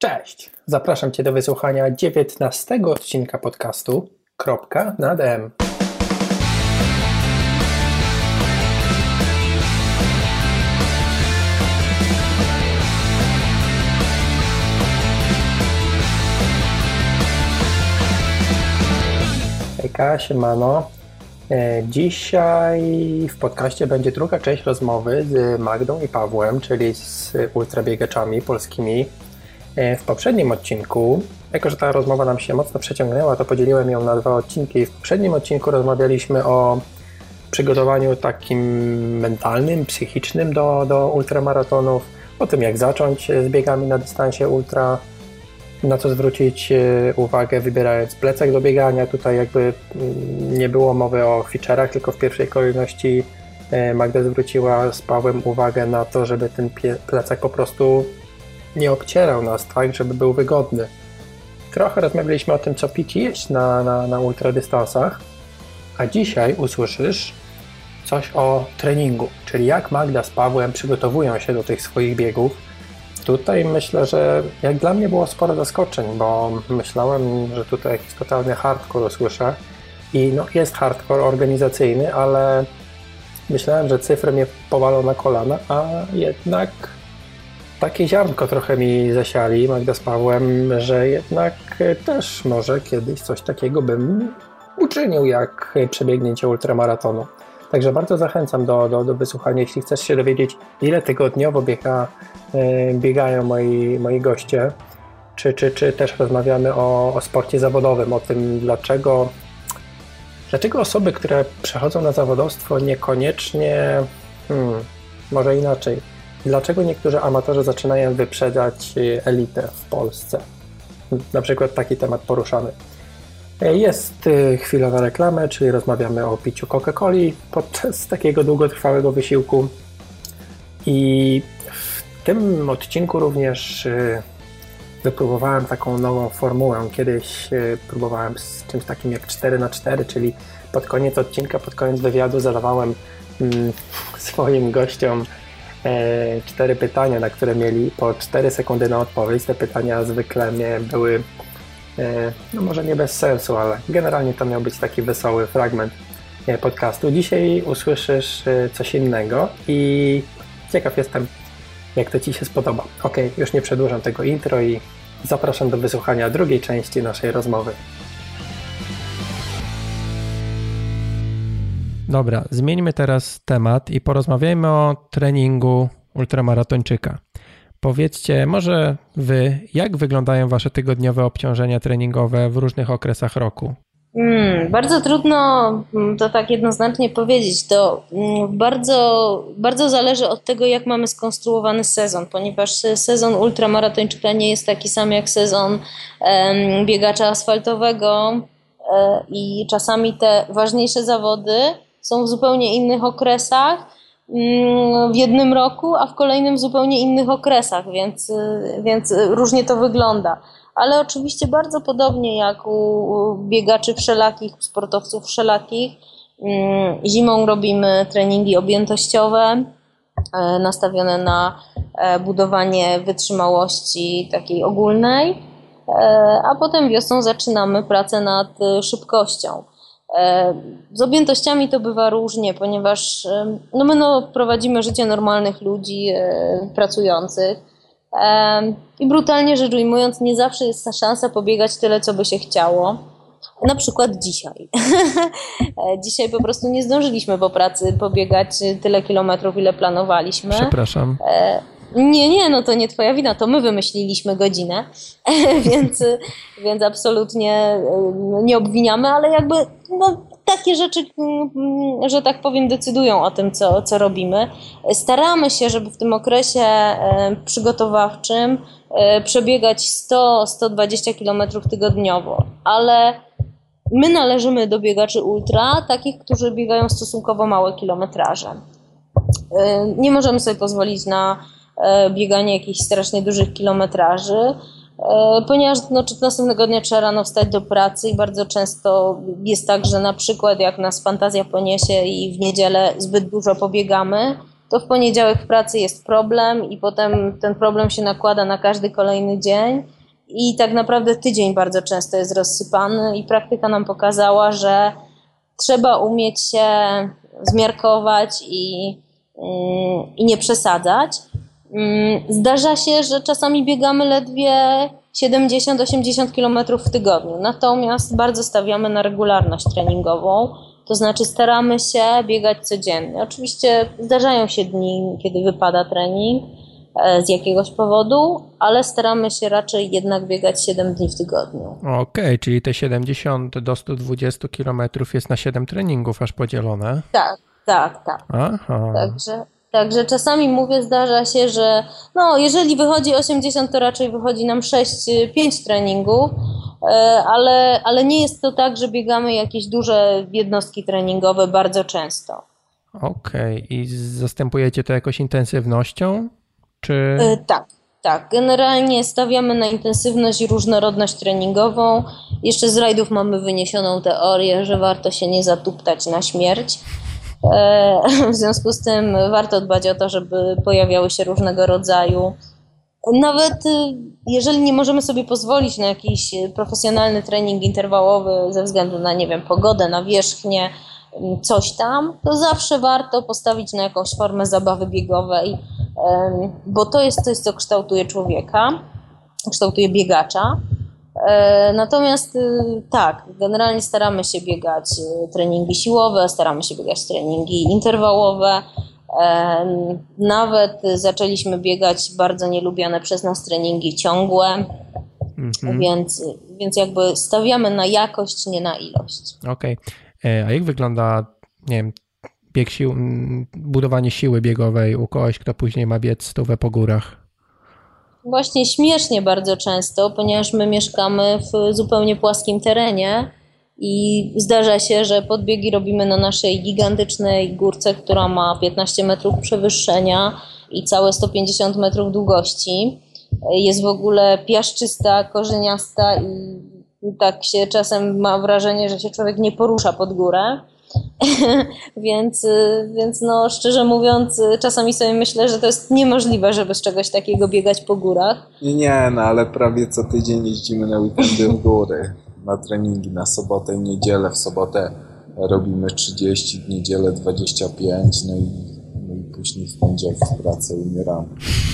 Cześć! Zapraszam Cię do wysłuchania 19 odcinka podcastu Kropka nad M. Hejka, siemano. Dzisiaj w podcaście będzie druga część rozmowy z Magdą i Pawłem, czyli z ultrabiegaczami polskimi. W poprzednim odcinku, jako że ta rozmowa nam się mocno przeciągnęła, to podzieliłem ją na 2 odcinki. W poprzednim odcinku rozmawialiśmy o przygotowaniu takim mentalnym, psychicznym do ultramaratonów, o tym jak zacząć z biegami na dystansie ultra, na co zwrócić uwagę wybierając plecak do biegania. Tutaj jakby nie było mowy o feature'ach, tylko w pierwszej kolejności Magda zwróciła z Pawłem uwagę na to, żeby ten plecak po prostu nie obcierał nas, tak, żeby był wygodny. Trochę rozmawialiśmy o tym, co pić i jeść na ultradystansach, a dzisiaj usłyszysz coś o treningu, czyli jak Magda z Pawłem przygotowują się do tych swoich biegów. Tutaj myślę, że jak dla mnie było sporo zaskoczeń, bo myślałem, że tutaj jakiś totalny hardcore usłyszę i no jest hardcore organizacyjny, ale myślałem, że cyfry mnie powalą na kolana, a jednak takie ziarnko trochę mi zasiali, Magda z Pawłem, że jednak też może kiedyś coś takiego bym uczynił, jak przebiegnięcie ultramaratonu. Także bardzo zachęcam do wysłuchania, jeśli chcesz się dowiedzieć, ile tygodniowo biegają moi goście, czy też rozmawiamy o sporcie zawodowym, o tym dlaczego osoby, które przechodzą na zawodowstwo niekoniecznie, może inaczej, dlaczego niektórzy amatorzy zaczynają wyprzedzać elitę w Polsce? Na przykład taki temat poruszamy. Jest chwila na reklamę, czyli rozmawiamy o piciu Coca-Coli podczas takiego długotrwałego wysiłku. I w tym odcinku również wypróbowałem taką nową formułę. Kiedyś próbowałem z czymś takim jak 4x4, czyli pod koniec odcinka, pod koniec wywiadu zadawałem swoim gościom 4 pytania, na które mieli po 4 sekundy na odpowiedź. Te pytania zwykle były, no może nie bez sensu, ale generalnie to miał być taki wesoły fragment podcastu. Dzisiaj usłyszysz coś innego i ciekaw jestem, jak to Ci się spodoba. Ok, już nie przedłużam tego intro i zapraszam do wysłuchania drugiej części naszej rozmowy. Dobra, zmieńmy teraz temat i porozmawiajmy o treningu ultramaratończyka. Powiedzcie, może Wy, jak wyglądają Wasze tygodniowe obciążenia treningowe w różnych okresach roku? Bardzo trudno to tak jednoznacznie powiedzieć. To bardzo zależy od tego, jak mamy skonstruowany sezon, ponieważ sezon ultramaratończyka nie jest taki sam jak sezon biegacza asfaltowego i czasami te ważniejsze zawody są w zupełnie innych okresach w jednym roku, a w kolejnym w zupełnie innych okresach, więc różnie to wygląda. Ale oczywiście bardzo podobnie jak u biegaczy wszelakich, u sportowców wszelakich, zimą robimy treningi objętościowe nastawione na budowanie wytrzymałości takiej ogólnej, a potem wiosną zaczynamy pracę nad szybkością. Z objętościami to bywa różnie, ponieważ my prowadzimy życie normalnych ludzi pracujących i brutalnie rzecz ujmując, nie zawsze jest ta szansa pobiegać tyle, co by się chciało. Na przykład dzisiaj. Dzisiaj po prostu nie zdążyliśmy po pracy pobiegać tyle kilometrów, ile planowaliśmy. Przepraszam. Nie, no to nie Twoja wina, to my wymyśliliśmy godzinę, więc absolutnie nie obwiniamy, ale jakby takie rzeczy, że tak powiem, decydują o tym, co robimy. Staramy się, żeby w tym okresie przygotowawczym przebiegać 100-120 km tygodniowo, ale my należymy do biegaczy ultra, takich, którzy biegają stosunkowo małe kilometraże. Nie możemy sobie pozwolić na bieganie jakichś strasznie dużych kilometraży, ponieważ następnego dnia trzeba rano wstać do pracy i bardzo często jest tak, że na przykład jak nas fantazja poniesie i w niedzielę zbyt dużo pobiegamy, to w poniedziałek w pracy jest problem i potem ten problem się nakłada na każdy kolejny dzień i tak naprawdę tydzień bardzo często jest rozsypany i praktyka nam pokazała, że trzeba umieć się zmiarkować i nie przesadzać. Zdarza się, że czasami biegamy ledwie 70-80 km w tygodniu, natomiast bardzo stawiamy na regularność treningową, to znaczy staramy się biegać codziennie. Oczywiście zdarzają się dni, kiedy wypada trening z jakiegoś powodu, ale staramy się raczej jednak biegać 7 dni w tygodniu. Okej, czyli te 70 do 120 km jest na 7 treningów aż podzielone? Tak. Aha. Także czasami mówię, zdarza się, że jeżeli wychodzi 80, to raczej wychodzi nam 5 treningów, ale nie jest to tak, że biegamy jakieś duże jednostki treningowe bardzo często. Okej, i zastępujecie to jakoś intensywnością? Czy... Tak. Generalnie stawiamy na intensywność i różnorodność treningową. Jeszcze z rajdów mamy wyniesioną teorię, że warto się nie zatuptać na śmierć. W związku z tym warto dbać o to, żeby pojawiały się różnego rodzaju. Nawet jeżeli nie możemy sobie pozwolić na jakiś profesjonalny trening interwałowy ze względu na, pogodę, nawierzchnię, coś tam, to zawsze warto postawić na jakąś formę zabawy biegowej, bo to jest coś, co kształtuje człowieka, kształtuje biegacza. Natomiast tak, generalnie staramy się biegać treningi siłowe, staramy się biegać treningi interwałowe. Nawet zaczęliśmy biegać bardzo nielubiane przez nas treningi ciągłe, więc jakby stawiamy na jakość, nie na ilość. Okej. A jak wygląda, bieg sił, budowanie siły biegowej u kogoś, kto później ma biec 100 po górach? Właśnie śmiesznie bardzo często, ponieważ my mieszkamy w zupełnie płaskim terenie i zdarza się, że podbiegi robimy na naszej gigantycznej górce, która ma 15 metrów przewyższenia i całe 150 metrów długości. Jest w ogóle piaszczysta, korzeniasta i tak się czasem ma wrażenie, że się człowiek nie porusza pod górę. Więc szczerze mówiąc, czasami sobie myślę, że to jest niemożliwe, żeby z czegoś takiego biegać po górach. Nie, ale prawie co tydzień jeździmy na weekendy w góry, na treningi, na sobotę i niedzielę. W sobotę robimy 30, w niedzielę 25, no i później w poniedziałek w pracy umieramy.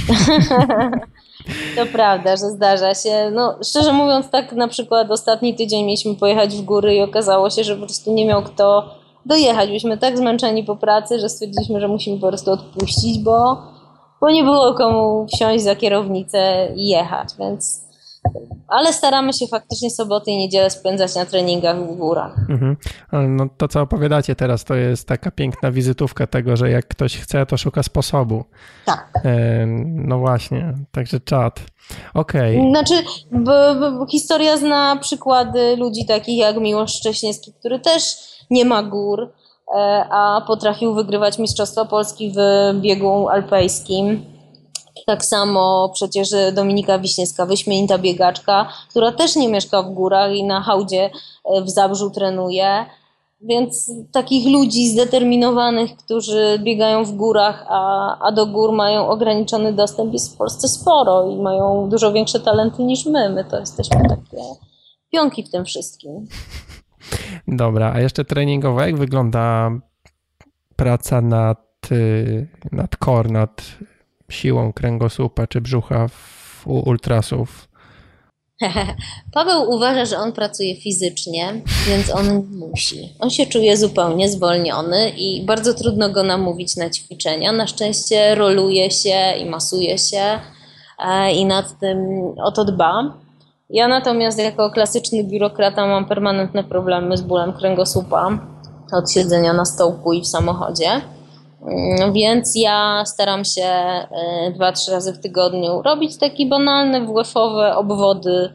To prawda, że zdarza się. Szczerze mówiąc, tak na przykład ostatni tydzień mieliśmy pojechać w góry i okazało się, że po prostu nie miał kto dojechać. Byliśmy tak zmęczeni po pracy, że stwierdziliśmy, że musimy po prostu odpuścić, bo nie było komu wsiąść za kierownicę i jechać, więc... Ale staramy się faktycznie soboty i niedzielę spędzać na treningach w górach. No to, co opowiadacie teraz, to jest taka piękna wizytówka tego, że jak ktoś chce, to szuka sposobu. Tak. No właśnie, także czad. Okej. Znaczy, historia zna przykłady ludzi takich jak Miłosz Szcześniewski, który też nie ma gór, a potrafił wygrywać Mistrzostwa Polski w biegu alpejskim. Tak samo przecież Dominika Wiśniewska, wyśmienita biegaczka, która też nie mieszka w górach i na hałdzie w Zabrzu trenuje. Więc takich ludzi zdeterminowanych, którzy biegają w górach, a do gór mają ograniczony dostęp, jest w Polsce sporo i mają dużo większe talenty niż my. My to jesteśmy takie pionki w tym wszystkim. Dobra, a jeszcze treningowo, jak wygląda praca nad core, nad siłą kręgosłupa czy brzucha u ultrasów? Paweł uważa, że on pracuje fizycznie, więc on musi. On się czuje zupełnie zwolniony i bardzo trudno go namówić na ćwiczenia. Na szczęście roluje się i masuje się i nad tym o to dba. Ja natomiast jako klasyczny biurokrata mam permanentne problemy z bólem kręgosłupa od siedzenia na stołku i w samochodzie. Więc ja staram się 2-3 razy w tygodniu robić takie banalne, WF-owe obwody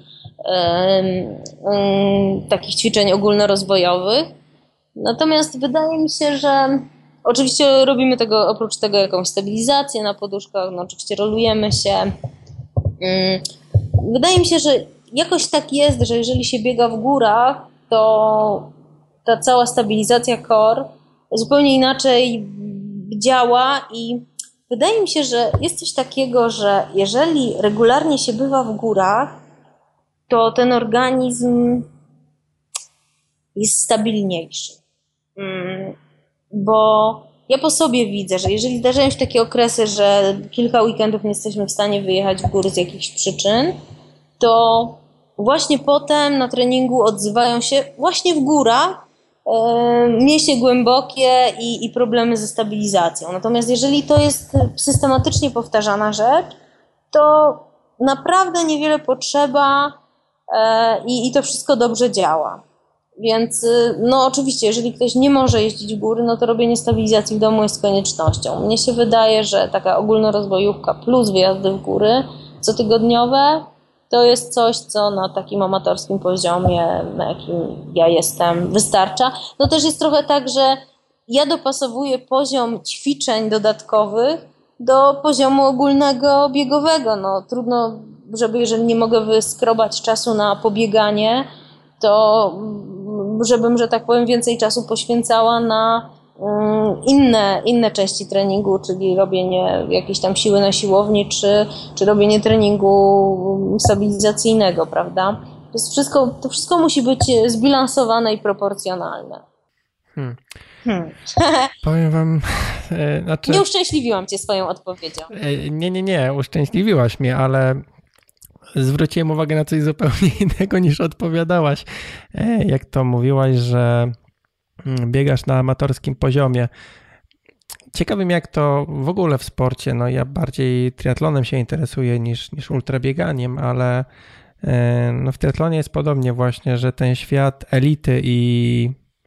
takich ćwiczeń ogólnorozwojowych. Natomiast wydaje mi się, że oczywiście robimy tego, oprócz tego jakąś stabilizację na poduszkach, oczywiście rolujemy się. Wydaje mi się, że jakoś tak jest, że jeżeli się biega w górach, to ta cała stabilizacja core zupełnie inaczej działa i wydaje mi się, że jest coś takiego, że jeżeli regularnie się bywa w górach, to ten organizm jest stabilniejszy. Bo ja po sobie widzę, że jeżeli zdarzają się takie okresy, że kilka weekendów nie jesteśmy w stanie wyjechać w góry z jakichś przyczyn, to właśnie potem na treningu odzywają się właśnie w górach mięśnie głębokie i problemy ze stabilizacją. Natomiast jeżeli to jest systematycznie powtarzana rzecz, to naprawdę niewiele potrzeba i to wszystko dobrze działa. Więc no oczywiście, jeżeli ktoś nie może jeździć w góry, no to robienie stabilizacji w domu jest koniecznością. Mnie się wydaje, że taka ogólnorozwojówka plus wyjazdy w góry cotygodniowe to jest coś, co na takim amatorskim poziomie, na jakim ja jestem, wystarcza. No też jest trochę tak, że ja dopasowuję poziom ćwiczeń dodatkowych do poziomu ogólnego biegowego. No trudno, żeby jeżeli nie mogę wyskrobać czasu na pobieganie, to żebym, że tak powiem, więcej czasu poświęcała na inne części treningu, czyli robienie jakiejś tam siły na siłowni, czy robienie treningu stabilizacyjnego, prawda? To wszystko musi być zbilansowane i proporcjonalne. Powiem wam... Nie uszczęśliwiłam cię swoją odpowiedzią. Nie, uszczęśliwiłaś mnie, ale zwróciłem uwagę na coś zupełnie innego niż odpowiadałaś. Jak to mówiłaś, że biegasz na amatorskim poziomie. Ciekawym jak to w ogóle w sporcie, no ja bardziej triatlonem się interesuję niż ultrabieganiem, ale no w triatlonie jest podobnie właśnie, że ten świat elity i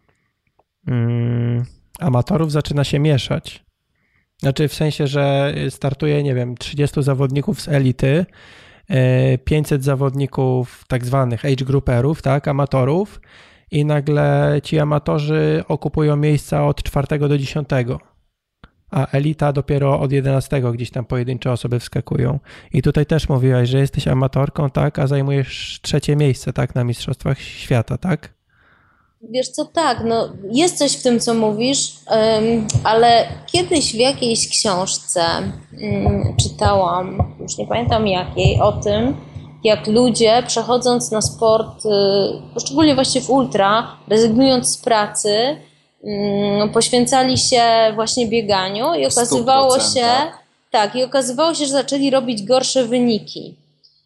amatorów zaczyna się mieszać. Znaczy w sensie, że startuje, nie wiem, 30 zawodników z elity, 500 zawodników tak zwanych age grouperów, tak, amatorów i nagle ci amatorzy okupują miejsca od 4 do 10, a elita dopiero od 11 gdzieś tam pojedyncze osoby wskakują. I tutaj też mówiłaś, że jesteś amatorką, tak, a zajmujesz 3 miejsce, tak, na Mistrzostwach Świata, tak? Wiesz co, tak, no jest coś w tym, co mówisz, ale kiedyś w jakiejś książce czytałam, już nie pamiętam jakiej, o tym, jak ludzie przechodząc na sport, szczególnie właśnie w ultra, rezygnując z pracy, poświęcali się właśnie bieganiu i okazywało się, i okazywało się, że zaczęli robić gorsze wyniki.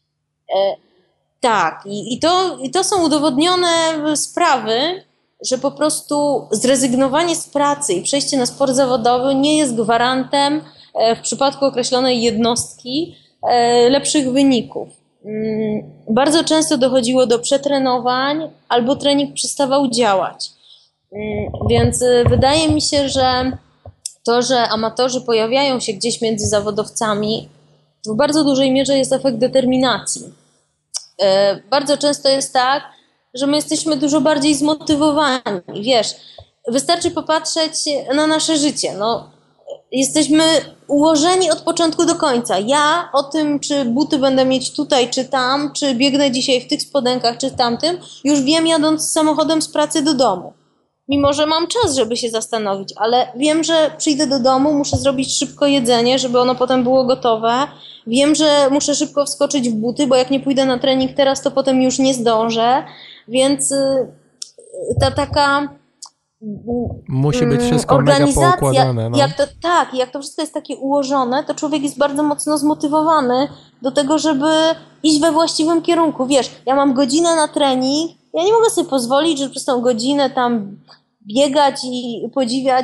Tak, i to są udowodnione sprawy, że po prostu zrezygnowanie z pracy i przejście na sport zawodowy nie jest gwarantem w przypadku określonej jednostki lepszych wyników. Bardzo często dochodziło do przetrenowań albo trening przestawał działać. Więc wydaje mi się, że to, że amatorzy pojawiają się gdzieś między zawodowcami, w bardzo dużej mierze jest efekt determinacji. Bardzo często jest tak, że my jesteśmy dużo bardziej zmotywowani. Wiesz, wystarczy popatrzeć na nasze życie. No, jesteśmy ułożeni od początku do końca. Ja o tym, czy buty będę mieć tutaj, czy tam, czy biegnę dzisiaj w tych spodenkach, czy w tamtym, już wiem jadąc samochodem z pracy do domu. Mimo że mam czas, żeby się zastanowić, ale wiem, że przyjdę do domu, muszę zrobić szybko jedzenie, żeby ono potem było gotowe. Wiem, że muszę szybko wskoczyć w buty, bo jak nie pójdę na trening teraz, to potem już nie zdążę. Więc ta taka musi być wszystko mega poukładane. No. Jak to wszystko jest takie ułożone, to człowiek jest bardzo mocno zmotywowany do tego, żeby iść we właściwym kierunku. Wiesz, ja mam godzinę na trening, ja nie mogę sobie pozwolić, że przez tą godzinę tam biegać i podziwiać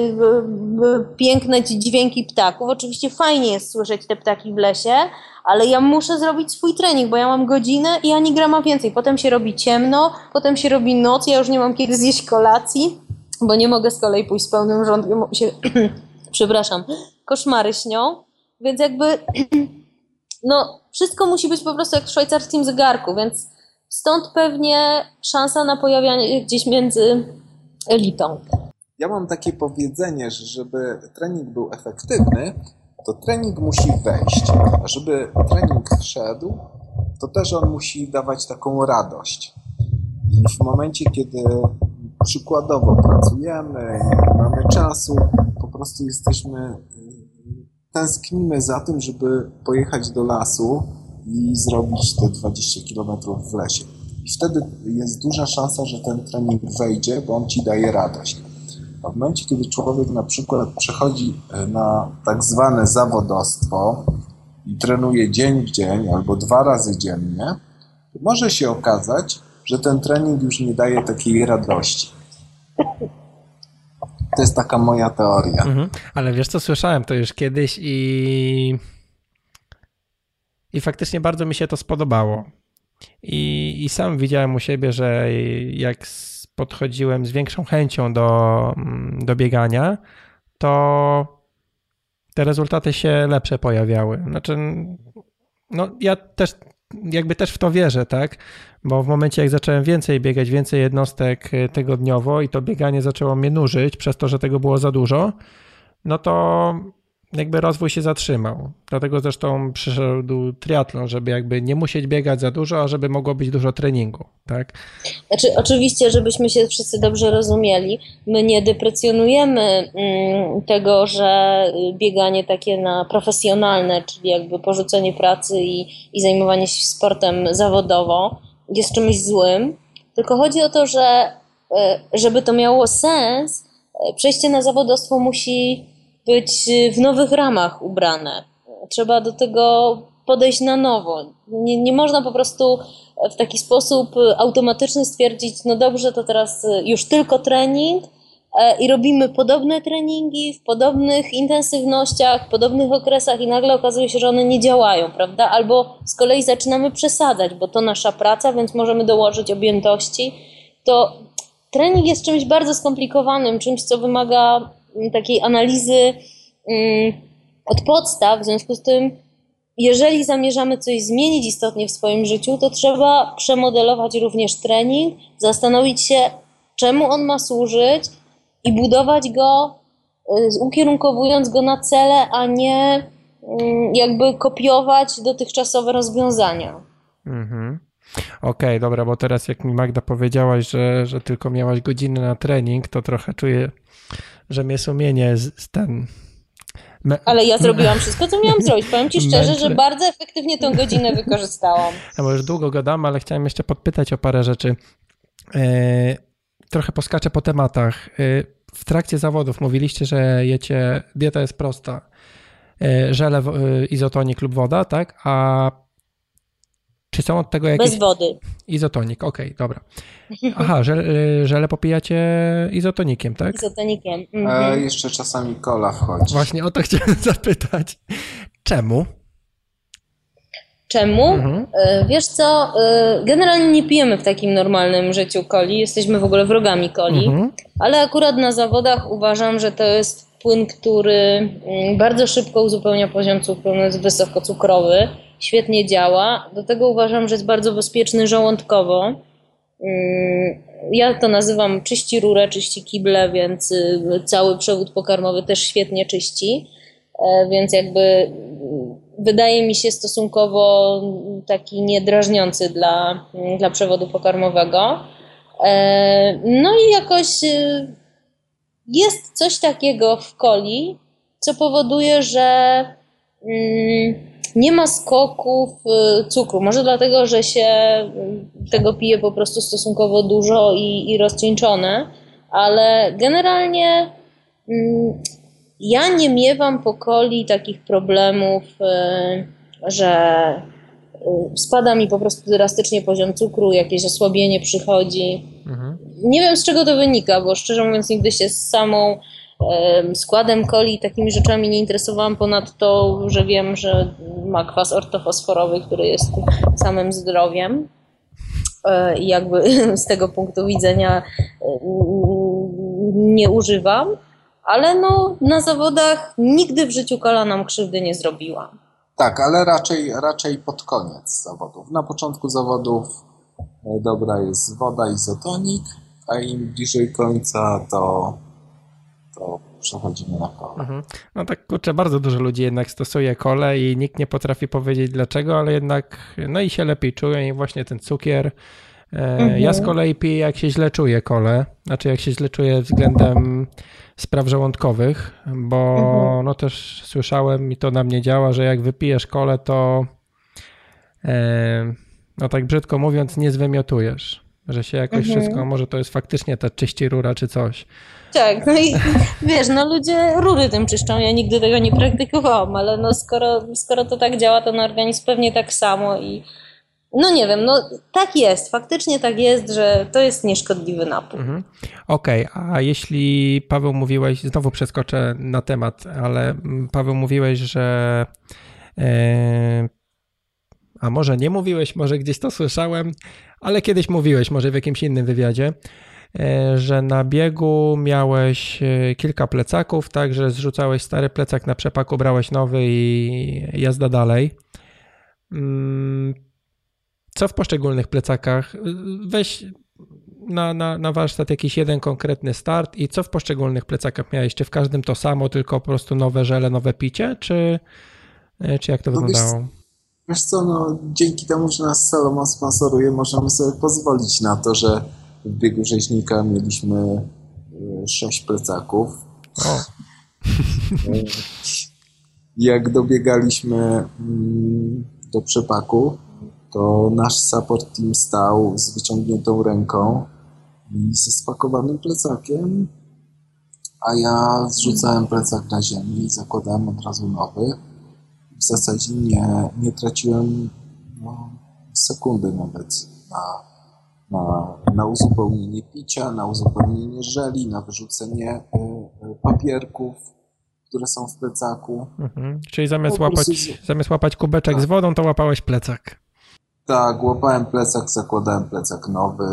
piękne dźwięki ptaków. Oczywiście fajnie jest słyszeć te ptaki w lesie, ale ja muszę zrobić swój trening, bo ja mam godzinę i ani grama więcej. Potem się robi ciemno, potem się robi noc, ja już nie mam kiedy zjeść kolacji, bo nie mogę z kolei pójść z pełnym żołądkiem, się, przepraszam, koszmary śnią. Więc jakby no wszystko musi być po prostu jak w szwajcarskim zegarku, więc stąd pewnie szansa na pojawianie gdzieś między elitą. Ja mam takie powiedzenie, że żeby trening był efektywny, to trening musi wejść. A żeby trening wszedł, to też on musi dawać taką radość. I w momencie, kiedy przykładowo pracujemy, nie mamy czasu, po prostu jesteśmy tęsknimy za tym, żeby pojechać do lasu i zrobić te 20 km w lesie. I wtedy jest duża szansa, że ten trening wejdzie, bo on ci daje radość. A w momencie, kiedy człowiek na przykład przechodzi na tak zwane zawodowstwo i trenuje dzień w dzień albo 2 razy dziennie, to może się okazać, że ten trening już nie daje takiej radości. To jest taka moja teoria. Ale wiesz co, słyszałem to już kiedyś i faktycznie bardzo mi się to spodobało. I sam widziałem u siebie, że jak podchodziłem z większą chęcią do biegania, to te rezultaty się lepsze pojawiały. Znaczy, no ja też w to wierzę, tak? Bo w momencie, jak zacząłem więcej biegać, więcej jednostek tygodniowo i to bieganie zaczęło mnie nużyć przez to, że tego było za dużo, no to jakby rozwój się zatrzymał. Dlatego zresztą przyszedł triatlon, żeby jakby nie musieć biegać za dużo, a żeby mogło być dużo treningu, tak? Znaczy, oczywiście, żebyśmy się wszyscy dobrze rozumieli, my nie deprecjonujemy tego, że bieganie takie na profesjonalne, czyli jakby porzucenie pracy i zajmowanie się sportem zawodowo jest czymś złym, tylko chodzi o to, że żeby to miało sens, przejście na zawodowstwo musi być w nowych ramach ubrane. Trzeba do tego podejść na nowo. Nie można po prostu w taki sposób automatyczny stwierdzić, no dobrze, to teraz już tylko trening i robimy podobne treningi w podobnych intensywnościach, w podobnych okresach i nagle okazuje się, że one nie działają, prawda? Albo z kolei zaczynamy przesadzać, bo to nasza praca, więc możemy dołożyć objętości. To trening jest czymś bardzo skomplikowanym, czymś, co wymaga takiej analizy od podstaw, w związku z tym, jeżeli zamierzamy coś zmienić istotnie w swoim życiu, to trzeba przemodelować również trening, zastanowić się, czemu on ma służyć i budować go, ukierunkowując go na cele, a nie jakby kopiować dotychczasowe rozwiązania. Okej, dobra, bo teraz jak mi Magda powiedziałaś, że tylko miałaś godzinę na trening, to trochę czuję, że mnie sumienie Ale ja zrobiłam wszystko, co miałam zrobić. Powiem ci szczerze, że bardzo efektywnie tą godzinę wykorzystałam. No bo już długo gadamy, ale chciałem jeszcze podpytać o parę rzeczy. Trochę poskaczę po tematach. W trakcie zawodów mówiliście, że jecie, dieta jest prosta. Żele, izotonik lub woda, tak? A czy są od tego jakieś... Bez wody. Izotonik, okej, dobra. Aha, żele popijacie izotonikiem, tak? Izotonikiem. Jeszcze czasami cola wchodzi. Właśnie o to chciałem zapytać. Czemu? Czemu? Wiesz co, generalnie nie pijemy w takim normalnym życiu coli, jesteśmy w ogóle wrogami coli, ale akurat na zawodach uważam, że to jest płyn, który bardzo szybko uzupełnia poziom cukru, jest wysokocukrowy, świetnie działa. Do tego uważam, że jest bardzo bezpieczny żołądkowo. Ja to nazywam czyści rurę, czyści kible, więc cały przewód pokarmowy też świetnie czyści, więc jakby wydaje mi się stosunkowo taki niedrażniący dla przewodu pokarmowego. No i jakoś jest coś takiego w coli, co powoduje, że nie ma skoków cukru. Może dlatego, że się tego pije po prostu stosunkowo dużo i rozcieńczone, ale generalnie ja nie miewam po coli takich problemów, że spada mi po prostu drastycznie poziom cukru, jakieś osłabienie przychodzi. Nie wiem, z czego to wynika, bo szczerze mówiąc nigdy się z samą składem coli i takimi rzeczami nie interesowałam, ponadto, że wiem, że ma kwas ortofosforowy, który jest samym zdrowiem i jakby z tego punktu widzenia nie używam, ale no na zawodach nigdy w życiu cola nam krzywdy nie zrobiła. Tak, ale raczej pod koniec zawodów. Na początku zawodów dobra jest woda, izotonik, a im bliżej końca to przechodzimy na kolę. No tak, kurczę, bardzo dużo ludzi jednak stosuje kolę i nikt nie potrafi powiedzieć dlaczego, ale jednak no i się lepiej czują i właśnie ten cukier Ja z kolei piję, jak się źle czuję, kolę. Znaczy, jak się źle czuję względem spraw żołądkowych, bo no też słyszałem i to na mnie działa, że jak wypijesz kolę, to no tak brzydko mówiąc, nie zwymiotujesz. Że się jakoś wszystko, może to jest faktycznie ta czyści rura czy coś. Tak, no i wiesz, no ludzie rury tym czyszczą, ja nigdy tego nie praktykowałam, ale no skoro to tak działa, to na organizm pewnie tak samo i no nie wiem, no tak jest, faktycznie tak jest, że to jest nieszkodliwy napój. Okej, a jeśli Paweł mówiłeś, znowu przeskoczę na temat, ale Paweł mówiłeś, że a może nie mówiłeś, może gdzieś to słyszałem, ale kiedyś mówiłeś, może w jakimś innym wywiadzie, że na biegu miałeś kilka plecaków, tak, że zrzucałeś stary plecak na przepaku, brałeś nowy i jazda dalej. Co w poszczególnych plecakach? Weź na warsztat jakiś jeden konkretny start i co w poszczególnych plecakach miałeś? Czy w każdym to samo, tylko po prostu nowe żele, nowe picie, czy jak to wyglądało? Wiesz co, no dzięki temu, że nas Salomon sponsoruje, możemy sobie pozwolić na to, że w biegu rzeźnika mieliśmy 6 plecaków. O. Jak dobiegaliśmy do przepaku, to nasz support team stał z wyciągniętą ręką i ze spakowanym plecakiem, a ja zrzucałem plecak na ziemię i zakładałem od razu nowy. W zasadzie nie traciłem sekundy nawet na uzupełnienie picia, na uzupełnienie żeli, na wyrzucenie papierków, które są w plecaku. Czyli zamiast łapać kubeczek z wodą, to łapałeś plecak. Tak, łapałem plecak, zakładałem plecak nowy.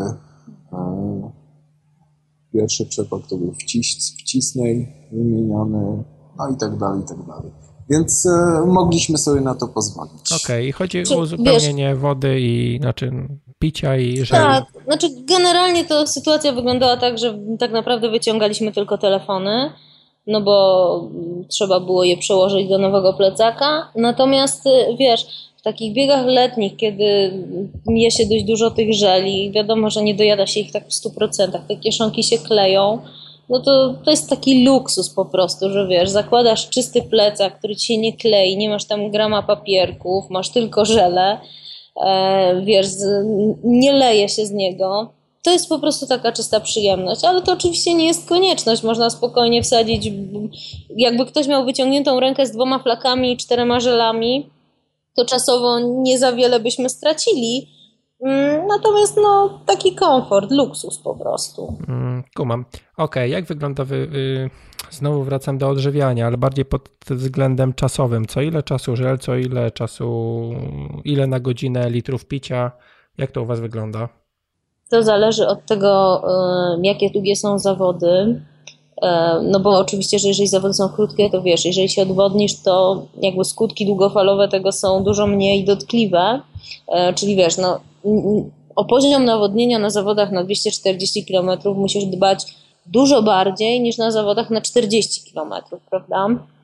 Pierwszy przepak to był wcisnej, wymieniony, no i tak dalej, i tak dalej. Więc mogliśmy sobie na to pozwolić. Okej, i chodzi o uzupełnienie wody i picia i żeli. Tak, generalnie to sytuacja wyglądała tak, że tak naprawdę wyciągaliśmy tylko telefony, no bo trzeba było je przełożyć do nowego plecaka. Natomiast wiesz, w takich biegach letnich, kiedy je się dość dużo tych żeli, wiadomo, że nie dojada się ich tak w 100%, te kieszonki się kleją, no to jest taki luksus po prostu, że wiesz, zakładasz czysty plecak, który ci się nie klei, nie masz tam grama papierków, masz tylko żele, wiesz, nie leje się z niego. To jest po prostu taka czysta przyjemność, ale to oczywiście nie jest konieczność. Można spokojnie wsadzić, jakby ktoś miał wyciągniętą rękę z 2 flakami i 4 żelami, to czasowo nie za wiele byśmy stracili. Natomiast taki komfort, luksus po prostu. Kumam. Okej, jak wygląda, znowu wracam do odżywiania, ale bardziej pod względem czasowym. Co ile czasu żel, co ile czasu, ile na godzinę litrów picia? Jak to u was wygląda? To zależy od tego, jakie długie są zawody. No bo oczywiście, że jeżeli zawody są krótkie, to wiesz, jeżeli się odwodnisz, to jakby skutki długofalowe tego są dużo mniej dotkliwe. Czyli wiesz, o poziom nawodnienia na zawodach na 240 km musisz dbać dużo bardziej niż na zawodach na 40 km, prawda?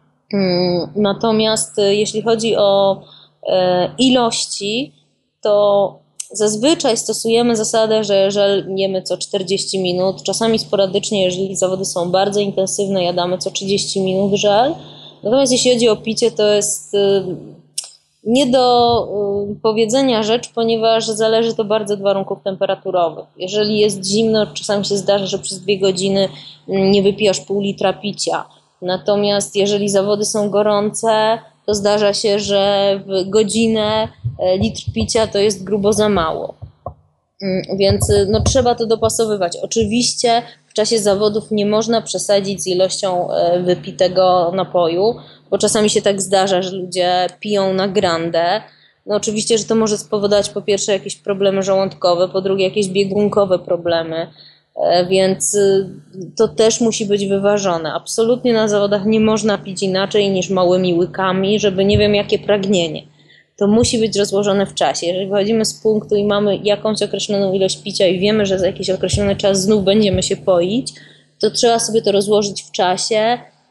Natomiast jeśli chodzi o ilości, to zazwyczaj stosujemy zasadę, że żel jemy co 40 minut, czasami sporadycznie, jeżeli zawody są bardzo intensywne, jadamy co 30 minut żel. Natomiast jeśli chodzi o picie, to jest nie do powiedzenia rzecz, ponieważ zależy to bardzo od warunków temperaturowych. Jeżeli jest zimno, czasami się zdarza, że przez 2 godziny nie wypijasz pół litra picia. Natomiast jeżeli zawody są gorące, to zdarza się, że w godzinę litr picia to jest grubo za mało. Więc trzeba to dopasowywać. Oczywiście w czasie zawodów nie można przesadzić z ilością wypitego napoju, bo czasami się tak zdarza, że ludzie piją na grande. Oczywiście, że to może spowodować po pierwsze jakieś problemy żołądkowe, po drugie jakieś biegunkowe problemy, więc to też musi być wyważone. Absolutnie na zawodach nie można pić inaczej niż małymi łykami, żeby nie wiem jakie pragnienie. To musi być rozłożone w czasie. Jeżeli wychodzimy z punktu i mamy jakąś określoną ilość picia i wiemy, że za jakiś określony czas znów będziemy się poić, to trzeba sobie to rozłożyć w czasie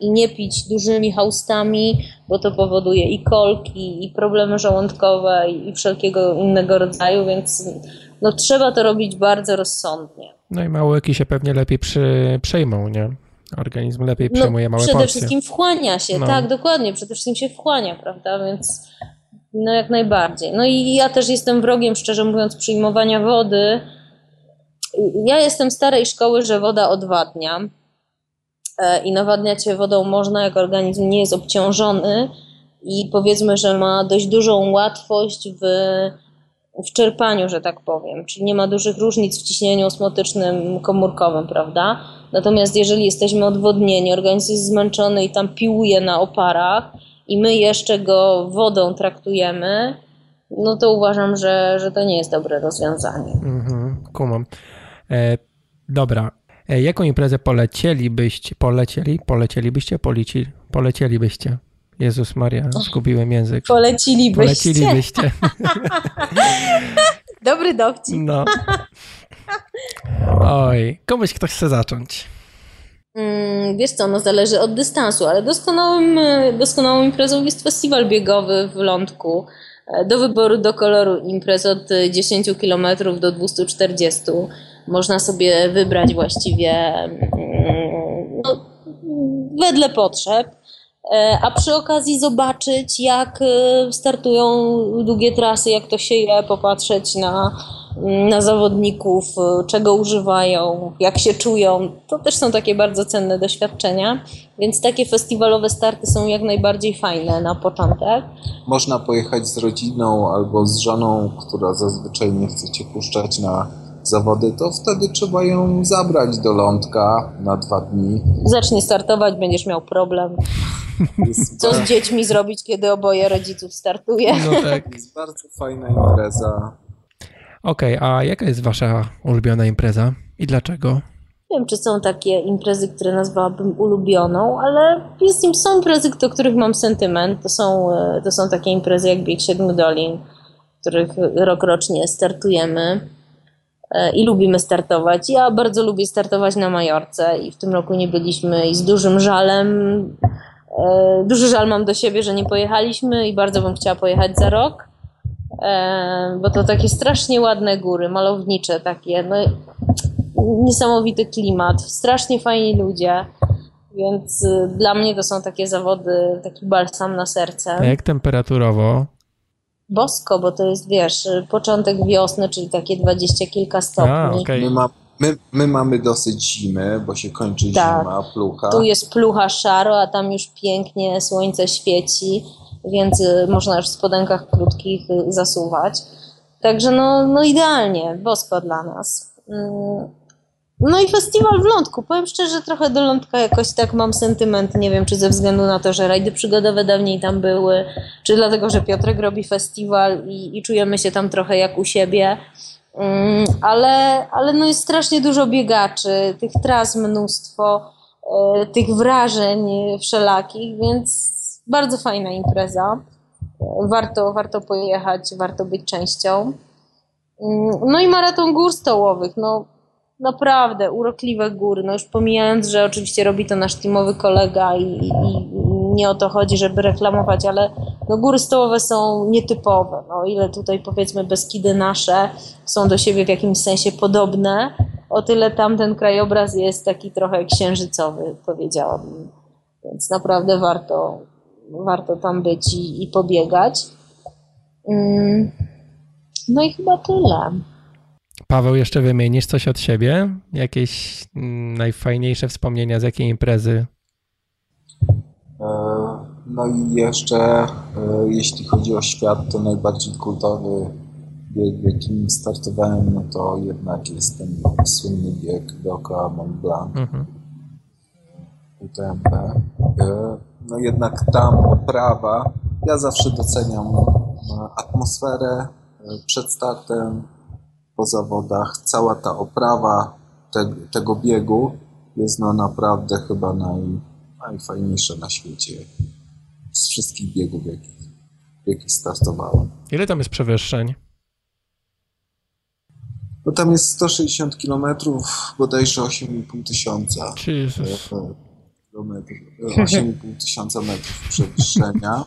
i nie pić dużymi haustami, bo to powoduje i kolki, i problemy żołądkowe, i wszelkiego innego rodzaju, więc no, trzeba to robić bardzo rozsądnie. No i małe łyki się pewnie lepiej przejmą, nie? Organizm lepiej przejmuje małe porcje. Przede wszystkim wchłania się, tak, dokładnie, przede wszystkim się wchłania, prawda, więc no jak najbardziej. No i ja też jestem wrogiem, szczerze mówiąc, przyjmowania wody. Ja jestem starej szkoły, że woda odwadnia i nawadniać się wodą można, jak organizm nie jest obciążony i powiedzmy, że ma dość dużą łatwość w czerpaniu, że tak powiem, czyli nie ma dużych różnic w ciśnieniu osmotycznym komórkowym, prawda? Natomiast jeżeli jesteśmy odwodnieni, organizm jest zmęczony i tam piłuje na oparach i my jeszcze go wodą traktujemy, no to uważam, że to nie jest dobre rozwiązanie. Kumam. Dobra. Jaką imprezę polecielibyście? Jezus Maria, zgubiłem język. Polecilibyście. Dobry dowcip. No. Oj, komuś ktoś chce zacząć. Wiesz co, no zależy od dystansu, ale doskonałą imprezą jest festiwal biegowy w Lądku. Do wyboru, do koloru imprez od 10 km do 240. Można sobie wybrać właściwie no, wedle potrzeb, a przy okazji zobaczyć, jak startują długie trasy, jak to się je, popatrzeć na zawodników, czego używają, jak się czują. To też są takie bardzo cenne doświadczenia, więc takie festiwalowe starty są jak najbardziej fajne na początek. Można pojechać z rodziną albo z żoną, która zazwyczaj nie chce cię puszczać na zawody, to wtedy trzeba ją zabrać do Lądka na 2 dni. Zacznie startować, będziesz miał problem. Co z dziećmi zrobić, kiedy oboje rodziców startuje? No tak. Jest bardzo fajna impreza. Okej, a jaka jest wasza ulubiona impreza i dlaczego? Nie wiem, czy są takie imprezy, które nazwałabym ulubioną, ale są imprezy, do których mam sentyment. To są takie imprezy jak Bieg 7 Dolin, w których rokrocznie startujemy i lubimy startować. Ja bardzo lubię startować na Majorce i w tym roku nie byliśmy i z dużym żalem. Duży żal mam do siebie, że nie pojechaliśmy i bardzo bym chciała pojechać za rok, bo to takie strasznie ładne góry, malownicze takie, no niesamowity klimat, strasznie fajni ludzie, więc dla mnie to są takie zawody, taki balsam na serce. A jak temperaturowo? Bosko, bo to jest, wiesz, początek wiosny, czyli takie 20 kilka stopni. Okay. My mamy dosyć zimy, bo się kończy zima, plucha. Tu jest plucha szaro, a tam już pięknie słońce świeci, więc można już w spodenkach krótkich zasuwać. Także no idealnie, bosko dla nas. No i festiwal w Lądku. Powiem szczerze, trochę do Lądka jakoś tak mam sentyment. Nie wiem, czy ze względu na to, że rajdy przygodowe dawniej tam były, czy dlatego, że Piotrek robi festiwal i czujemy się tam trochę jak u siebie. Ale no jest strasznie dużo biegaczy, tych tras mnóstwo, tych wrażeń wszelakich, więc bardzo fajna impreza. Warto pojechać, warto być częścią. No i maraton gór stołowych, no naprawdę urokliwe góry, no już pomijając, że oczywiście robi to nasz teamowy kolega i nie o to chodzi, żeby reklamować, ale no góry stołowe są nietypowe, no ile tutaj powiedzmy Beskidy nasze są do siebie w jakimś sensie podobne, o tyle tamten krajobraz jest taki trochę księżycowy, powiedziałabym, więc naprawdę warto tam być i pobiegać. No i chyba tyle. Paweł, jeszcze wymienisz coś od siebie? Jakieś najfajniejsze wspomnienia z jakiej imprezy? No i jeszcze, jeśli chodzi o świat, to najbardziej kultowy bieg, w jakim startowałem, no to jednak jest ten słynny bieg dookoła Mont Blanc, UTMB. No jednak tam oprawa, ja zawsze doceniam atmosferę przed startem, po zawodach, cała ta oprawa tego biegu jest no naprawdę chyba najfajniejsza na świecie z wszystkich biegów, w jakich startowałem. Ile tam jest przewyższeń? No tam jest 160 km, bodajże 8,5 tysiąca. Jezus. kilometrów, 8,5 tysiąca metrów przewyższenia.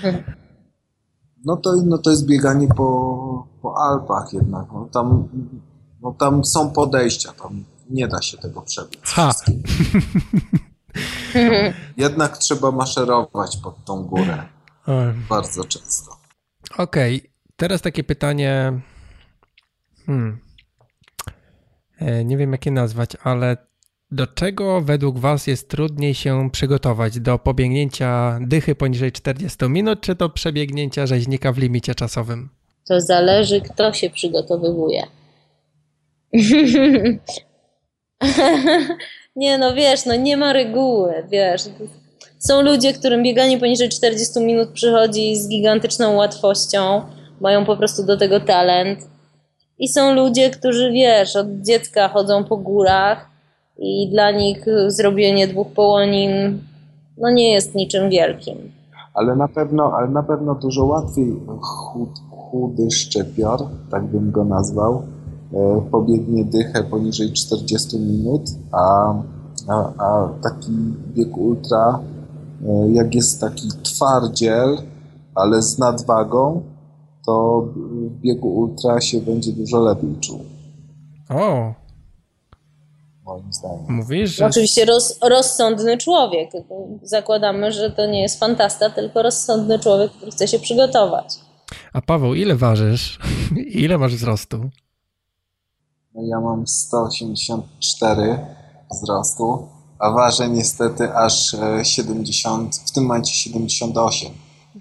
No to jest bieganie po Alpach jednak. Tam są podejścia, tam nie da się tego przebiec. Jednak trzeba maszerować pod tą górę. Bardzo często. Okej, teraz takie pytanie, nie wiem jak je nazwać, ale do czego według was jest trudniej się przygotować? Do pobiegnięcia dychy poniżej 40 minut, czy do przebiegnięcia rzeźnika w limicie czasowym? To zależy, kto się przygotowywuje. Nie, no wiesz, no nie ma reguły, wiesz. Są ludzie, którym bieganie poniżej 40 minut przychodzi z gigantyczną łatwością, mają po prostu do tego talent. I są ludzie, którzy, wiesz, od dziecka chodzą po górach i dla nich zrobienie 2 połonin no nie jest niczym wielkim. Ale na pewno dużo łatwiej chudy szczypior, tak bym go nazwał, pobiegnie dychę poniżej 40 minut, a taki bieg ultra, jak jest taki twardziel, ale z nadwagą, to w biegu ultra się będzie dużo lepiej czuł. O! Moim zdaniem. Mówisz, że... Oczywiście rozsądny człowiek. Zakładamy, że to nie jest fantasta, tylko rozsądny człowiek, który chce się przygotować. A Paweł, ile ważysz? Ile masz wzrostu? No ja mam 184 wzrostu, a ważę niestety aż 70, w tym momencie 78.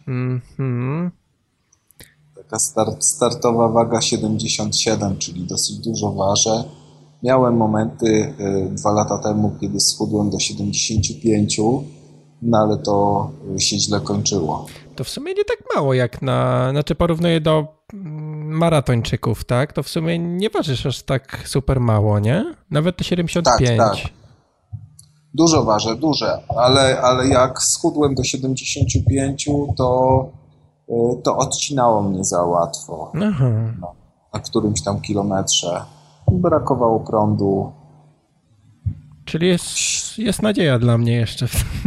Taka startowa waga 77, czyli dosyć dużo ważę. Miałem momenty 2 lata temu, kiedy schudłem do 75, no ale to się źle kończyło. To w sumie nie tak mało jak znaczy porównuję do maratończyków, tak? To w sumie nie ważysz aż tak super mało, nie? Nawet te 75. Tak. Dużo ważę, ale jak schudłem do 75, to odcinało mnie za łatwo. Aha. No, na którymś tam kilometrze. Brakowało prądu. Czyli jest nadzieja dla mnie jeszcze.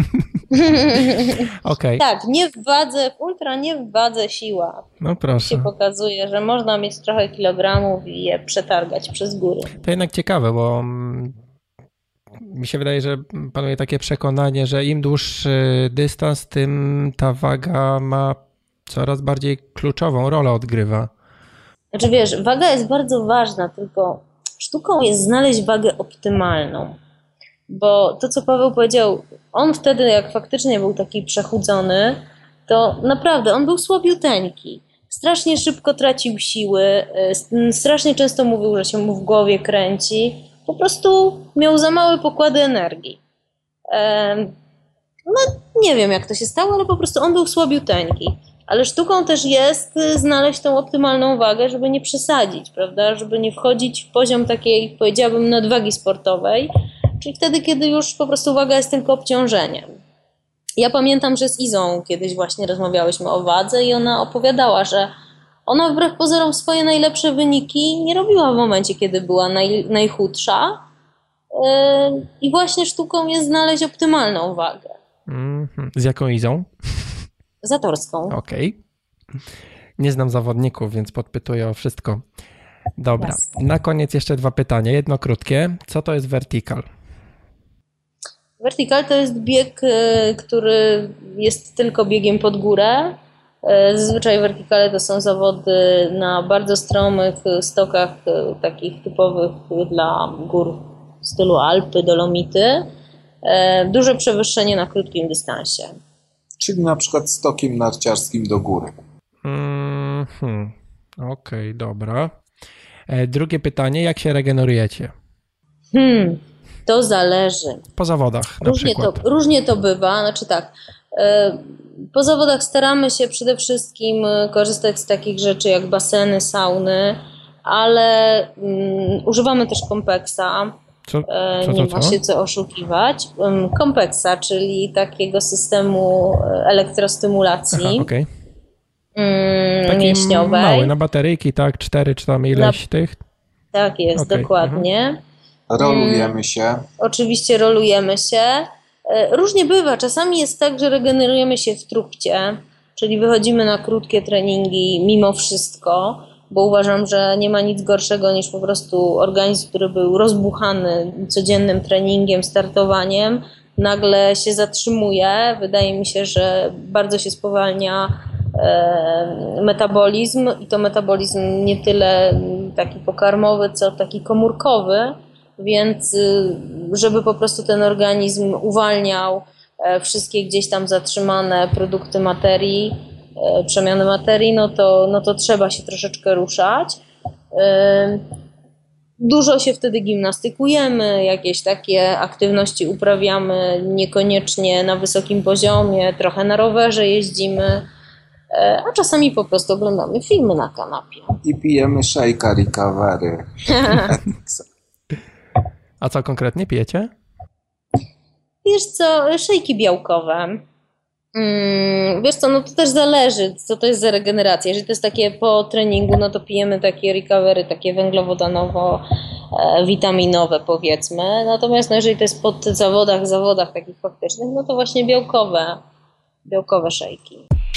Okay. Tak, nie w wadze, w ultra nie w wadze siła. No proszę. Się pokazuje, że można mieć trochę kilogramów i je przetargać przez góry. To jednak ciekawe, bo mi się wydaje, że panuje takie przekonanie, że im dłuższy dystans, tym ta waga ma coraz bardziej kluczową rolę odgrywa. Znaczy wiesz, waga jest bardzo ważna, tylko sztuką jest znaleźć wagę optymalną. Bo to, co Paweł powiedział, on wtedy, jak faktycznie był taki przechudzony, to naprawdę on był słabiuteńki. Strasznie szybko tracił siły, strasznie często mówił, że się mu w głowie kręci. Po prostu miał za małe pokłady energii. No nie wiem, jak to się stało, ale po prostu on był słabiuteńki. Ale sztuką też jest znaleźć tą optymalną wagę, żeby nie przesadzić, prawda? Żeby nie wchodzić w poziom takiej, powiedziałabym, nadwagi sportowej, czyli wtedy, kiedy już po prostu waga jest tylko obciążeniem. Ja pamiętam, że z Izą kiedyś właśnie rozmawiałyśmy o wadze i ona opowiadała, że ona wbrew pozorom swoje najlepsze wyniki nie robiła w momencie, kiedy była najchudsza i właśnie sztuką jest znaleźć optymalną wagę. Z jaką Izą? Zatorską. Okej. Nie znam zawodników, więc podpytuję o wszystko. Dobra. Jasne. Na koniec jeszcze 2 pytania. Jedno krótkie. Co to jest vertical? Vertical to jest bieg, który jest tylko biegiem pod górę. Zazwyczaj verticale to są zawody na bardzo stromych stokach, takich typowych dla gór w stylu Alpy, Dolomity. Duże przewyższenie na krótkim dystansie. Czyli na przykład stokiem narciarskim do góry. Okej, dobra. Drugie pytanie, jak się regenerujecie? To zależy. Po zawodach na przykład. Różnie to bywa. Znaczy tak, po zawodach staramy się przede wszystkim korzystać z takich rzeczy jak baseny, sauny, ale używamy też Complexa. Nie ma się co oszukiwać. Complexa, czyli takiego systemu elektrostymulacji. Okay. Mięśniowej. Mały, na bateryjki, tak? 4 czy tam ileś tych? Tak jest, dokładnie. Rolujemy się. Oczywiście rolujemy się. Różnie bywa. Czasami jest tak, że regenerujemy się w trójce, czyli wychodzimy na krótkie treningi mimo wszystko, bo uważam, że nie ma nic gorszego niż po prostu organizm, który był rozbuchany codziennym treningiem, startowaniem, nagle się zatrzymuje. Wydaje mi się, że bardzo się spowalnia metabolizm i to metabolizm nie tyle taki pokarmowy, co taki komórkowy, więc żeby po prostu ten organizm uwalniał wszystkie gdzieś tam zatrzymane produkty materii, przemiany materii, no to trzeba się troszeczkę ruszać. Dużo się wtedy gimnastykujemy, jakieś takie aktywności uprawiamy, niekoniecznie na wysokim poziomie, trochę na rowerze jeździmy, a czasami po prostu oglądamy filmy na kanapie. I pijemy szejka recovery. A co konkretnie pijecie? Wiesz co, szejki białkowe. Wiesz co, no to też zależy, co to jest za regeneracja. Jeżeli to jest takie po treningu, no to pijemy takie recovery, takie węglowodanowo-witaminowe powiedzmy. Natomiast no, jeżeli to jest po zawodach takich faktycznych, no to właśnie białkowe szejki.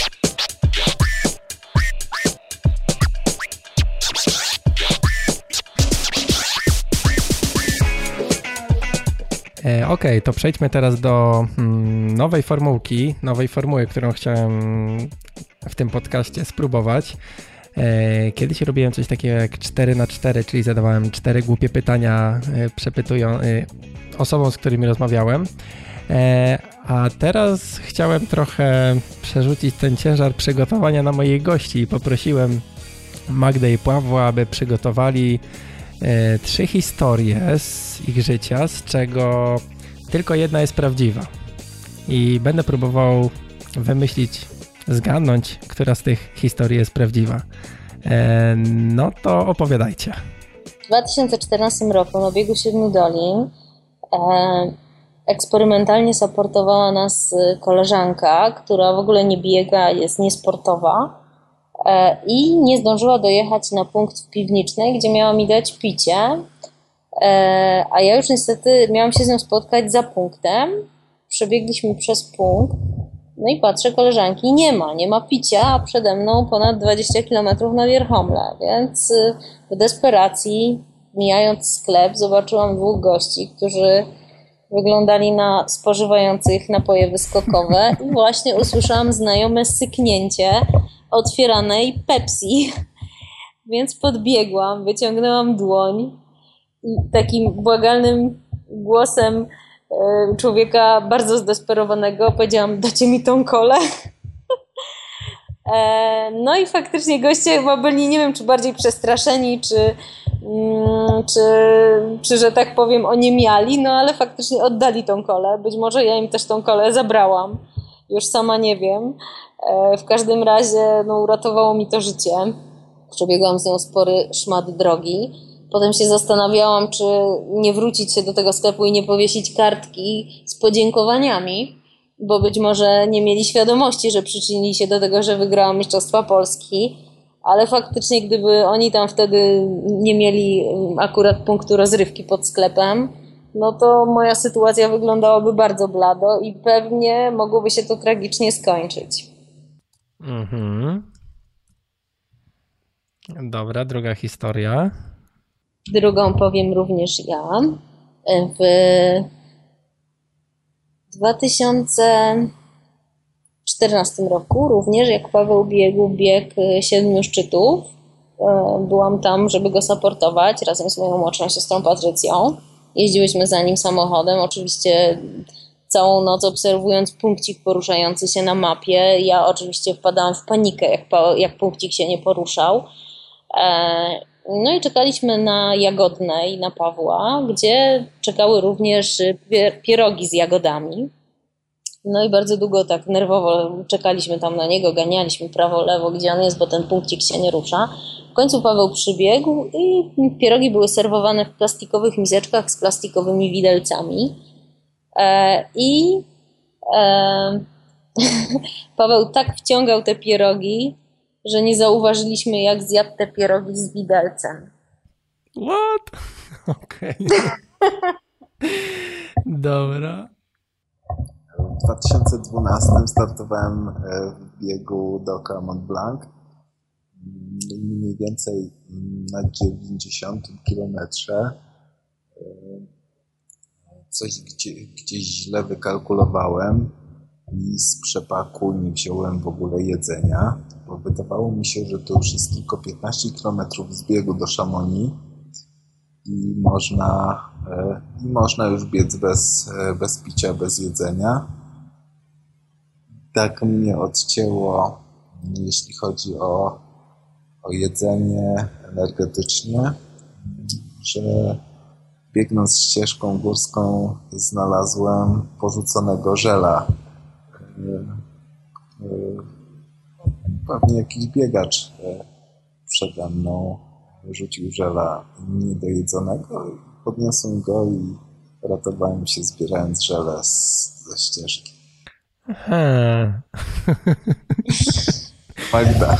Okej, to przejdźmy teraz do nowej formuły, którą chciałem w tym podcaście spróbować. Kiedyś robiłem coś takiego jak 4x4, czyli zadawałem 4 głupie pytania osobom, z którymi rozmawiałem. A teraz chciałem trochę przerzucić ten ciężar przygotowania na moich gości i poprosiłem Magdę i Pawła, aby przygotowali 3 historie z ich życia, z czego tylko jedna jest prawdziwa. I będę próbował zgadnąć, która z tych historii jest prawdziwa. No to opowiadajcie. W 2014 roku na biegu 7 dolin eksperymentalnie supportowała nas koleżanka, która w ogóle nie biega, jest niesportowa. I nie zdążyła dojechać na punkt w Piwnicznej, gdzie miała mi dać picie, a ja już niestety miałam się z nią spotkać za punktem. Przebiegliśmy przez punkt, no i patrzę, koleżanki nie ma picia, a przede mną ponad 20 km na Wierchomle, więc w desperacji, mijając sklep, zobaczyłam 2 gości, którzy wyglądali na spożywających napoje wyskokowe i właśnie usłyszałam znajome syknięcie otwieranej Pepsi, więc podbiegłam, wyciągnęłam dłoń i takim błagalnym głosem człowieka bardzo zdesperowanego powiedziałam: dacie mi tą kolę? No i faktycznie goście chyba byli, nie wiem, czy bardziej przestraszeni, czy że tak powiem oniemiali, no ale faktycznie oddali tą kolę. Być może ja im też tą kolę zabrałam, już sama nie wiem. W każdym razie no, uratowało mi to życie. Przebiegłam z nią spory szmat drogi. Potem się zastanawiałam, czy nie wrócić się do tego sklepu i nie powiesić kartki z podziękowaniami, bo być może nie mieli świadomości, że przyczynili się do tego, że wygrałam Mistrzostwa Polski, ale faktycznie gdyby oni tam wtedy nie mieli akurat punktu rozrywki pod sklepem, no to moja sytuacja wyglądałaby bardzo blado i pewnie mogłoby się to tragicznie skończyć. Mhm. Dobra, druga historia. Drugą powiem również ja. W 2014 roku również, jak Paweł biegł bieg 7 szczytów, byłam tam, żeby go supportować razem z moją młodszą siostrą Patrycją. Jeździłyśmy za nim samochodem, oczywiście całą noc obserwując punkcik poruszający się na mapie. Ja oczywiście wpadałam w panikę, jak punkcik się nie poruszał. No i czekaliśmy na Jagodnej, na Pawła, gdzie czekały również pierogi z jagodami. No i bardzo długo tak nerwowo czekaliśmy tam na niego, ganialiśmy prawo, lewo, gdzie on jest, bo ten punkcik się nie rusza. W końcu Paweł przybiegł i pierogi były serwowane w plastikowych miseczkach z plastikowymi widelcami. Paweł tak wciągał te pierogi, że nie zauważyliśmy, jak zjadł te pierogi z widelcem. What? Okej. Dobra. w 2012 startowałem w biegu Doka Mont Blanc. Mniej więcej na 90 kilometrze coś gdzieś źle wykalkulowałem i z przepaku nie wziąłem w ogóle jedzenia, bo wydawało mi się, że to już jest tylko 15 kilometrów z biegu do Chamonix i można już biec bez picia, bez jedzenia. Tak mnie odcięło, jeśli chodzi o jedzenie energetycznie, że biegnąc ścieżką górską znalazłem porzuconego żela. Pewnie jakiś biegacz przede mną rzucił żela niedojedzonego. Podniosłem go i ratowałem się zbierając żele ze ścieżki. Magda.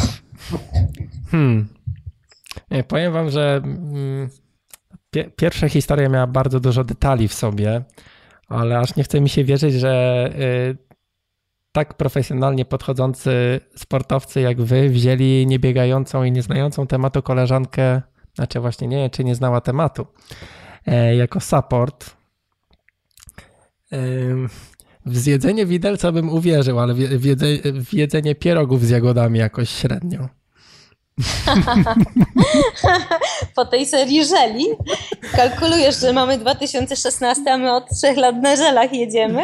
Powiem wam, że pierwsza historia miała bardzo dużo detali w sobie, ale aż nie chce mi się wierzyć, że tak profesjonalnie podchodzący sportowcy jak wy wzięli niebiegającą i nieznającą tematu koleżankę, znaczy właśnie nie wiem, czy nie znała tematu, jako support. W zjedzenie widelca bym uwierzył, ale w jedzenie pierogów z jagodami jakoś średnio. Po tej serii żeli kalkulujesz, że mamy 2016, a my od 3 lat na żelach jedziemy?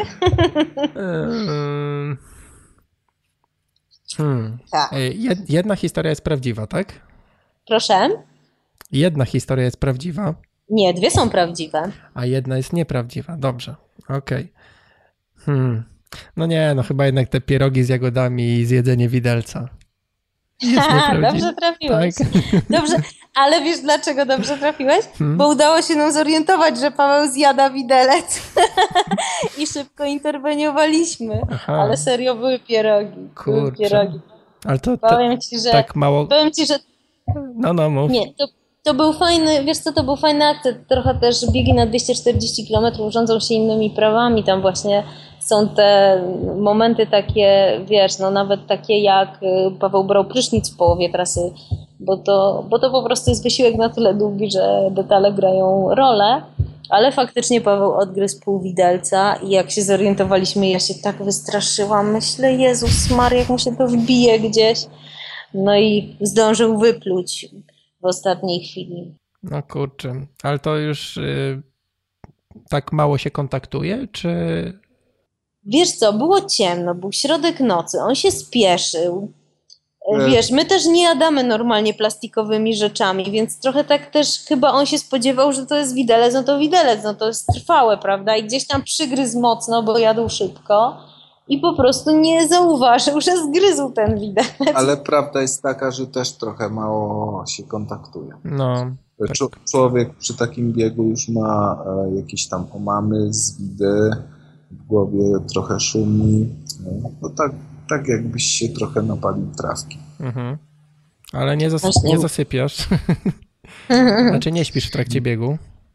Tak. Jedna historia jest prawdziwa, tak? Proszę? Jedna historia jest prawdziwa. Nie, 2 są prawdziwe. A jedna jest nieprawdziwa. Dobrze, okej. No nie, no chyba jednak te pierogi z jagodami i zjedzenie widelca. Dobrze trafiłeś. Tak. Dobrze, ale wiesz dlaczego dobrze trafiłeś? Bo udało się nam zorientować, że Paweł zjada widelec i szybko interweniowaliśmy. Aha. Ale serio były pierogi. Były pierogi. Ale to powiem ci, że tak mało... Powiem ci, że... No, mów. Nie, to był fajny, wiesz co, to był fajny akcent. Trochę też biegi na 240 km rządzą się innymi prawami. Tam właśnie są te momenty takie, wiesz, no nawet takie jak Paweł brał prysznic w połowie trasy, bo to po prostu jest wysiłek na tyle długi, że detale grają rolę, ale faktycznie Paweł odgryzł pół widelca i jak się zorientowaliśmy, ja się tak wystraszyłam, myślę, Jezus Maria, jak mu się to wbije gdzieś. No i zdążył wypluć w ostatniej chwili. No kurczę, ale to już tak mało się kontaktuje, czy... Wiesz co, było ciemno, był środek nocy, on się spieszył. Wiesz, my też nie jadamy normalnie plastikowymi rzeczami, więc trochę tak też chyba on się spodziewał, że to jest widelec, no to jest trwałe, prawda? I gdzieś tam przygryzł mocno, bo jadł szybko i po prostu nie zauważył, że zgryzł ten widelec. Ale prawda jest taka, że też trochę mało się kontaktuje. No. Tak. Człowiek przy takim biegu już ma jakieś tam omamy, zwidy, w głowie trochę szumi. No tak jakbyś się trochę napalił trawki. Mhm. Ale nie zasypiasz. Znaczy nie śpisz w trakcie biegu?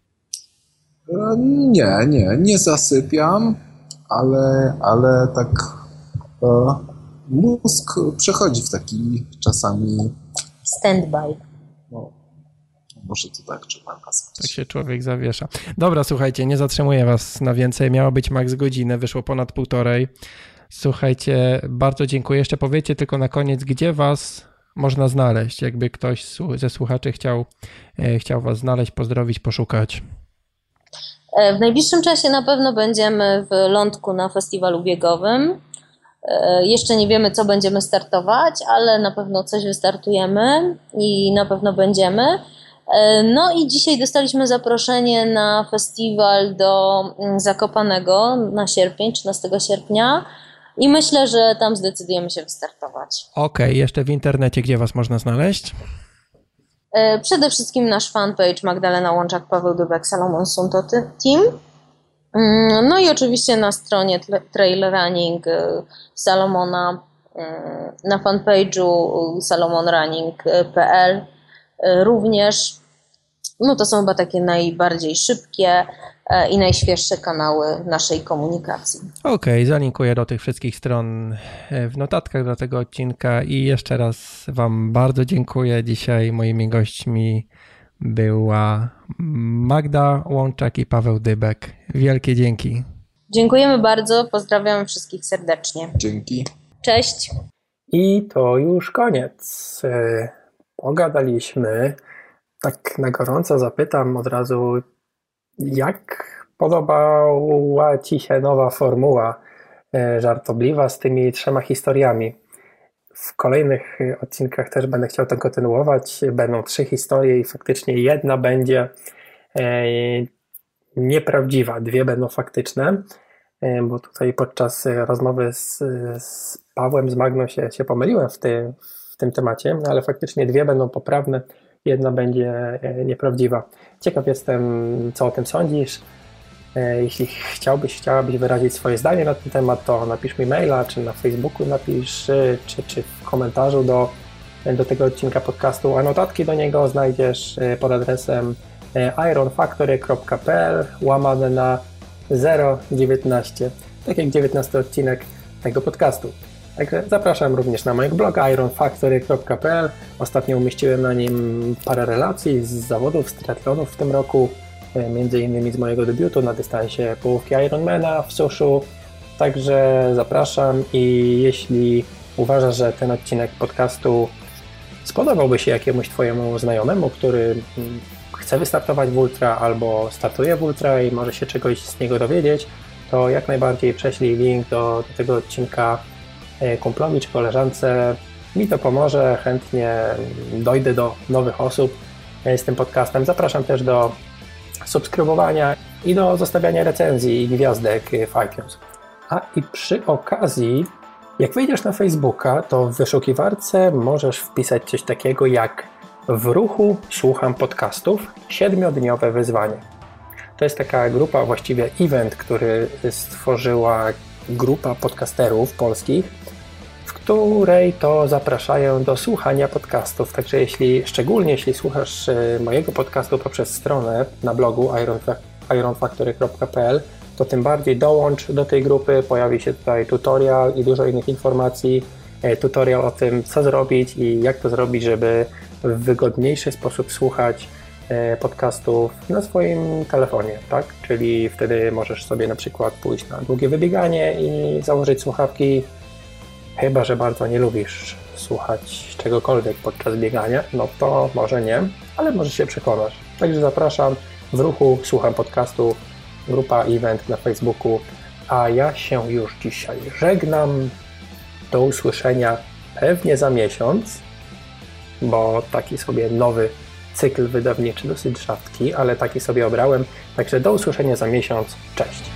Nie zasypiam, ale tak mózg przechodzi w taki czasami standby. No, może to tak trzeba nazwać. Tak się człowiek zawiesza. Dobra, słuchajcie, nie zatrzymuję was na więcej. Miało być maks godzinę, wyszło ponad 1,5. Słuchajcie, bardzo dziękuję. Jeszcze powiedzcie tylko na koniec, gdzie was można znaleźć, jakby ktoś ze słuchaczy chciał was znaleźć, pozdrowić, poszukać. W najbliższym czasie na pewno będziemy w Lądku na festiwalu biegowym. Jeszcze nie wiemy, co będziemy startować, ale na pewno coś wystartujemy i na pewno będziemy. No i dzisiaj dostaliśmy zaproszenie na festiwal do Zakopanego na sierpień, 13 sierpnia i myślę, że tam zdecydujemy się wystartować. Okej, jeszcze w internecie, gdzie was można znaleźć? Przede wszystkim nasz fanpage Magdalena Łączak, Paweł Dubek, Salomon Sunto Team. No i oczywiście na stronie Trail Running Salomona, na fanpage'u salomonrunning.pl również. No to są chyba takie najbardziej szybkie i najświeższe kanały naszej komunikacji. Okej, zalinkuję do tych wszystkich stron w notatkach do tego odcinka i jeszcze raz Wam bardzo dziękuję. Dzisiaj moimi gośćmi była Magda Łączak i Paweł Dybek. Wielkie dzięki. Dziękujemy bardzo, pozdrawiam wszystkich serdecznie. Dzięki. Cześć. I to już koniec. Pogadaliśmy. Tak na gorąco zapytam od razu, jak podobała Ci się nowa formuła żartobliwa z tymi 3 historiami? W kolejnych odcinkach też będę chciał to kontynuować. Będą 3 historie i faktycznie jedna będzie nieprawdziwa, 2 będą faktyczne, bo tutaj podczas rozmowy z Pawłem, z Magną się pomyliłem w tym temacie, ale faktycznie 2 będą poprawne, jedna będzie nieprawdziwa. Ciekaw jestem, co o tym sądzisz. Jeśli chciałabyś wyrazić swoje zdanie na ten temat, to napisz mi maila, czy na Facebooku napisz, czy w komentarzu do tego odcinka podcastu, a notatki do niego znajdziesz pod adresem ironfactory.pl /019, tak jak 19 odcinek tego podcastu. Także zapraszam również na mojego bloga ironfactory.pl. Ostatnio umieściłem na nim parę relacji z zawodów, z triathlonów w tym roku, między innymi z mojego debiutu na dystansie połówki Ironmana w Suszu. Także zapraszam i jeśli uważasz, że ten odcinek podcastu spodobałby się jakiemuś Twojemu znajomemu, który chce wystartować w ultra albo startuje w ultra i może się czegoś z niego dowiedzieć, to jak najbardziej prześlij link do tego odcinka kumplowi czy koleżance. Mi to pomoże, chętnie dojdę do nowych osób z tym podcastem. Zapraszam też do subskrybowania i do zostawiania recenzji i gwiazdek w iTunes. A i przy okazji, jak wejdziesz na Facebooka, to w wyszukiwarce możesz wpisać coś takiego jak "W ruchu słucham podcastów, 7-dniowe wyzwanie". To jest taka grupa, właściwie event, który stworzyła grupa podcasterów polskich, w której to zapraszają do słuchania podcastów. Także szczególnie jeśli słuchasz mojego podcastu poprzez stronę na blogu ironfactory.pl, to tym bardziej dołącz do tej grupy. Pojawi się tutaj tutorial i dużo innych informacji. Tutorial o tym, co zrobić i jak to zrobić, żeby w wygodniejszy sposób słuchać podcastów na swoim telefonie, tak? Czyli wtedy możesz sobie na przykład pójść na długie wybieganie i założyć słuchawki, chyba że bardzo nie lubisz słuchać czegokolwiek podczas biegania, no to może nie, ale może się przekonasz. Także zapraszam, w ruchu słucham podcastu, grupa event na Facebooku, a ja się już dzisiaj żegnam. Do usłyszenia pewnie za miesiąc, bo taki sobie nowy cykl wydawniczy, dosyć rzadki, ale taki sobie obrałem. Także do usłyszenia za miesiąc. Cześć!